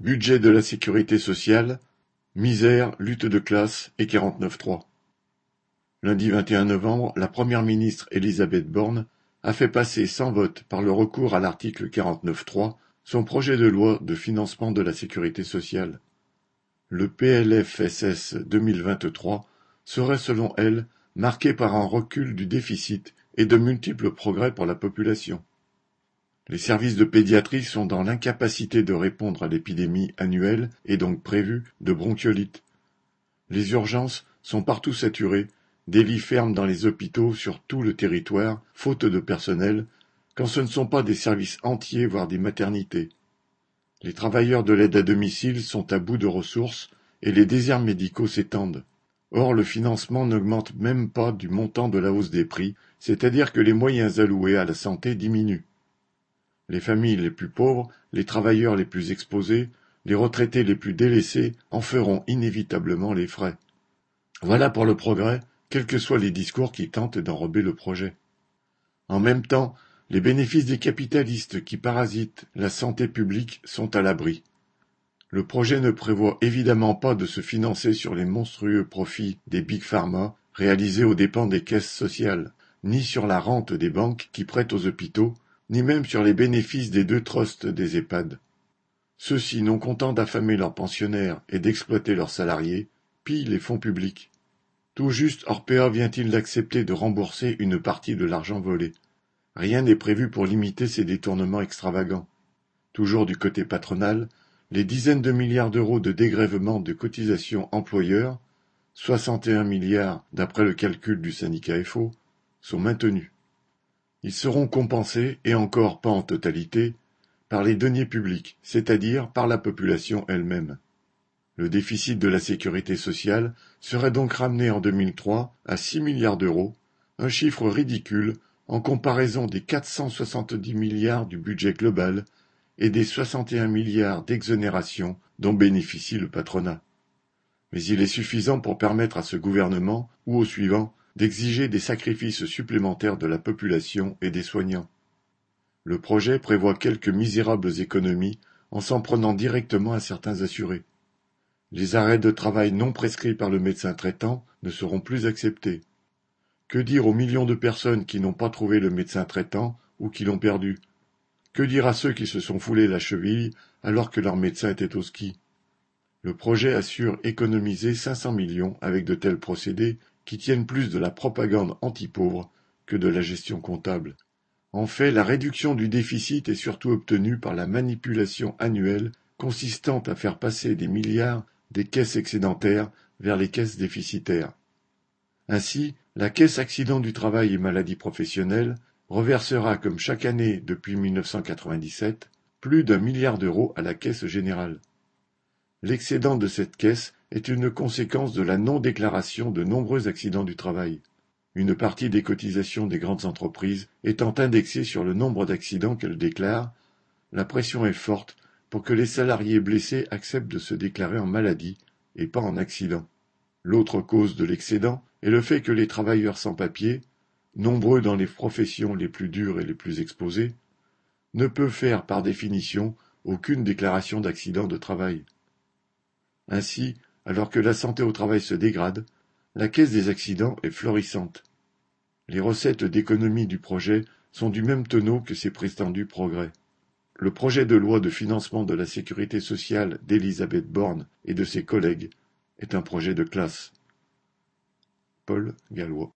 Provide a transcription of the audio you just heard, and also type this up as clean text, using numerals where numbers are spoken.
Budget de la sécurité sociale, misère, lutte de classe et 49.3. Lundi 21 novembre, la première ministre Elisabeth Borne a fait passer sans vote par le recours à l'article 49.3 son projet de loi de financement de la sécurité sociale. Le PLFSS 2023 serait selon elle marqué par un recul du déficit et de multiples progrès pour la population. Les services de pédiatrie sont dans l'incapacité de répondre à l'épidémie annuelle et donc prévue de bronchiolite. Les urgences sont partout saturées, des lits ferment dans les hôpitaux sur tout le territoire, faute de personnel, quand ce ne sont pas des services entiers voire des maternités. Les travailleurs de l'aide à domicile sont à bout de ressources et les déserts médicaux s'étendent. Or le financement n'augmente même pas du montant de la hausse des prix, c'est-à-dire que les moyens alloués à la santé diminuent. Les familles les plus pauvres, les travailleurs les plus exposés, les retraités les plus délaissés en feront inévitablement les frais. Voilà pour le progrès, quels que soient les discours qui tentent d'enrober le projet. En même temps, les bénéfices des capitalistes qui parasitent la santé publique sont à l'abri. Le projet ne prévoit évidemment pas de se financer sur les monstrueux profits des Big Pharma réalisés aux dépens des caisses sociales, ni sur la rente des banques qui prêtent aux hôpitaux, ni même sur les bénéfices des deux trusts des EHPAD. Ceux-ci, non contents d'affamer leurs pensionnaires et d'exploiter leurs salariés, pillent les fonds publics. Tout juste Orpea vient-il d'accepter de rembourser une partie de l'argent volé. Rien n'est prévu pour limiter ces détournements extravagants. Toujours du côté patronal, les dizaines de milliards d'euros de dégrèvement de cotisations employeurs, 61 milliards d'après le calcul du syndicat FO, sont maintenus. Ils seront compensés, et encore pas en totalité, par les deniers publics, c'est-à-dire par la population elle-même. Le déficit de la sécurité sociale serait donc ramené en 2003 à 6 milliards d'euros, un chiffre ridicule en comparaison des 470 milliards du budget global et des 61 milliards d'exonérations dont bénéficie le patronat. Mais il est suffisant pour permettre à ce gouvernement, ou au suivant, d'exiger des sacrifices supplémentaires de la population et des soignants. Le projet prévoit quelques misérables économies en s'en prenant directement à certains assurés. Les arrêts de travail non prescrits par le médecin traitant ne seront plus acceptés. Que dire aux millions de personnes qui n'ont pas trouvé le médecin traitant ou qui l'ont perdu? Que dire à ceux qui se sont foulés la cheville alors que leur médecin était au ski? Le projet assure économiser 500 millions avec de tels procédés qui tiennent plus de la propagande anti-pauvre que de la gestion comptable. En fait, la réduction du déficit est surtout obtenue par la manipulation annuelle consistant à faire passer des milliards des caisses excédentaires vers les caisses déficitaires. Ainsi, la caisse accident du travail et maladie professionnelle reversera comme chaque année depuis 1997 plus d'1 milliard d'euros à la caisse générale. L'excédent de cette caisse est une conséquence de la non-déclaration de nombreux accidents du travail. Une partie des cotisations des grandes entreprises étant indexée sur le nombre d'accidents qu'elles déclarent, la pression est forte pour que les salariés blessés acceptent de se déclarer en maladie et pas en accident. L'autre cause de l'excédent est le fait que les travailleurs sans papier, nombreux dans les professions les plus dures et les plus exposées, ne peuvent faire par définition aucune déclaration d'accident de travail. Ainsi, alors que la santé au travail se dégrade, la caisse des accidents est florissante. Les recettes d'économie du projet sont du même tonneau que ses prétendus progrès. Le projet de loi de financement de la sécurité sociale d'Elisabeth Borne et de ses collègues est un projet de classe. Paul Gallois.